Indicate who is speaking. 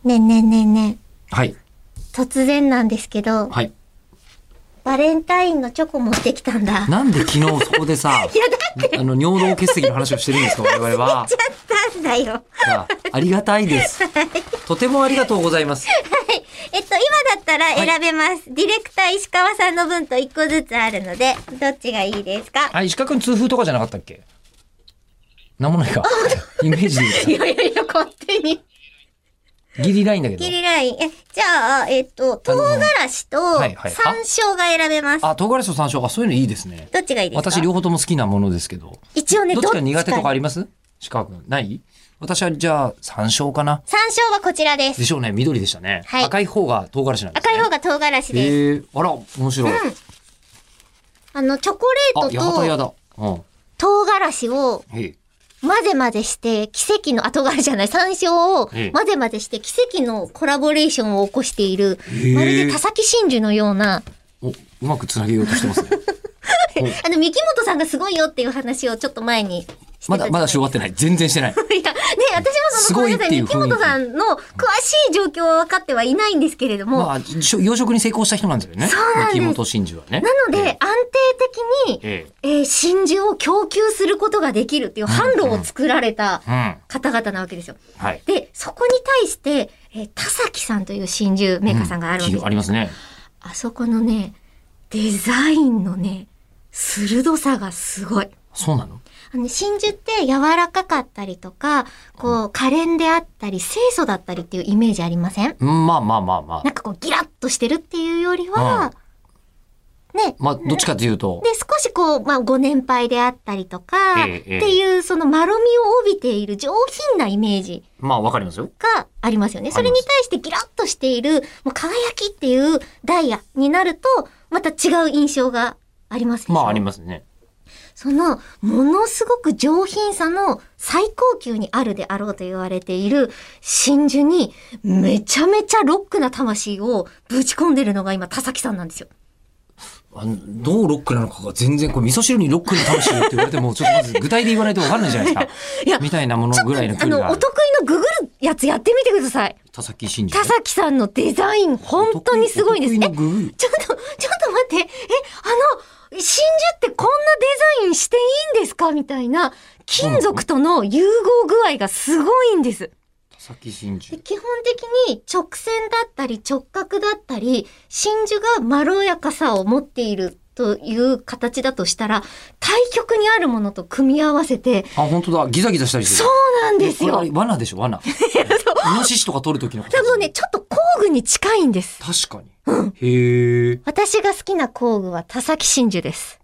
Speaker 1: ねえねえねえね
Speaker 2: はい。
Speaker 1: え、突然なんですけど、
Speaker 2: はい。
Speaker 1: バレンタインのチョコ持ってきたんだ。
Speaker 2: なんで昨日そこでさ、尿道結石の話をしてるんですか、我々は。
Speaker 1: ちゃったんだよ。
Speaker 2: さあ、ありがたいです。とてもありがとうございます。
Speaker 1: 今だったら選べます。ディレクター石川さんの分と1個ずつあるので、どっちがいいですか？
Speaker 2: あ、石川くん痛風とかじゃなかったっけ？なんもないか。イメージで言う
Speaker 1: いやいやいや、勝手に。
Speaker 2: とギリラインだけど。
Speaker 1: ギリライン。じゃあ、唐辛子と
Speaker 2: はいはい
Speaker 1: 山椒が選べます。
Speaker 2: あ、唐辛子と山椒。あ、そういうのいいですね。
Speaker 1: どっちがいいですか？
Speaker 2: 私両方とも好きなものですけど。
Speaker 1: 一応ね、
Speaker 2: どっちか苦手とかあ
Speaker 1: り
Speaker 2: ります？石川くん。ない私はじゃあ山椒かな。
Speaker 1: 山椒はこちらです。
Speaker 2: でしょうね。緑でしたね。
Speaker 1: はい
Speaker 2: 赤い方が唐辛子なんですね。
Speaker 1: 赤い方が唐辛子です。
Speaker 2: あら、面白い。
Speaker 1: チョコレ
Speaker 2: あ、
Speaker 1: ー
Speaker 2: やだや
Speaker 1: トと
Speaker 2: だ。うん。
Speaker 1: 唐辛子を
Speaker 2: へえ。
Speaker 1: 混ぜ混ぜして奇跡の、唐辛子じゃない、山椒を
Speaker 2: ええ
Speaker 1: 混ぜ混ぜして奇跡のコラボレーションを起こしている、
Speaker 2: へえ
Speaker 1: まるで田崎真珠のような、
Speaker 2: お、うまくつなげようとしてますね。
Speaker 1: 三木本さんがすごいよっていう話をちょっと前にしてたじゃない
Speaker 2: まだし終わってない。全然してない。
Speaker 1: いや、ね、私も
Speaker 2: すごいっていう
Speaker 1: 三木本さんの詳しい状況は分かってはいないんですけれども、
Speaker 2: まあ、養殖に成功した人なんですよね。
Speaker 1: そうなんです
Speaker 2: 三木本真珠はね。
Speaker 1: なので、安定的に、
Speaker 2: え
Speaker 1: 真珠を供給することができるっていう販路を作られた
Speaker 2: うん。
Speaker 1: 方々なわけですよ。
Speaker 2: はい。
Speaker 1: で、そこに対して、田崎さんという真珠メーカーさんがあるわけです。
Speaker 2: ありますね。
Speaker 1: あそこのね、デザインのね、鋭さがすごい。
Speaker 2: そうなの？
Speaker 1: 真珠って柔らかかったりとか、こう、可憐であったり、清楚だったりっていうイメージありません？
Speaker 2: まあまあまあまあ。
Speaker 1: なんかこう、ギラッとしてるっていうよりは、ね。
Speaker 2: まあ、どっちかというと。
Speaker 1: で、少しこう、ご年配であったりとか、
Speaker 2: ええ
Speaker 1: っていう、そのまろみを帯びている上品なイメージ
Speaker 2: まあ、わかりますよ。
Speaker 1: がありますよね。それに対してギラッとしている、もう輝きっていうダイヤになると、また違う印象がありますでしょ？
Speaker 2: まあ、ありますね。
Speaker 1: その、ものすごく上品さの最高級にあるであろうと言われている真珠に、めちゃめちゃロックな魂をぶち込んでるのが今、田崎さんなんですよ。
Speaker 2: どうロックなのかが全然、こう、味噌汁にロックの魂って言われても、ちょっとまず具体で言わないとわかんないじゃないですか。
Speaker 1: いや
Speaker 2: みたいなものぐらいの距離がある。
Speaker 1: お得意のググるやつやってみてください。
Speaker 2: 田崎真珠。
Speaker 1: 田崎さんのデザイン、本当にすごいんです。
Speaker 2: お得意の具
Speaker 1: ちょっと待って、真珠ってこんなデザインしていいんですかみたいな、金属との融合具合がすごいんです。
Speaker 2: 田崎真
Speaker 1: で
Speaker 2: 珠。
Speaker 1: 基本的に直線だったり直角だったり、真珠がまろやかさを持っているという形だとしたら、対極にあるものと組み合わせて、
Speaker 2: あ、本当だ。ギザギザしたりして
Speaker 1: そ
Speaker 2: る。
Speaker 1: うなんですよ。
Speaker 2: これ罠でしょ、罠。イノシシとか取る時のこと。
Speaker 1: 多分ね、ちょっと工具に近いんです。
Speaker 2: 確かに。へえ。
Speaker 1: 私が好きな工具は田崎真珠です。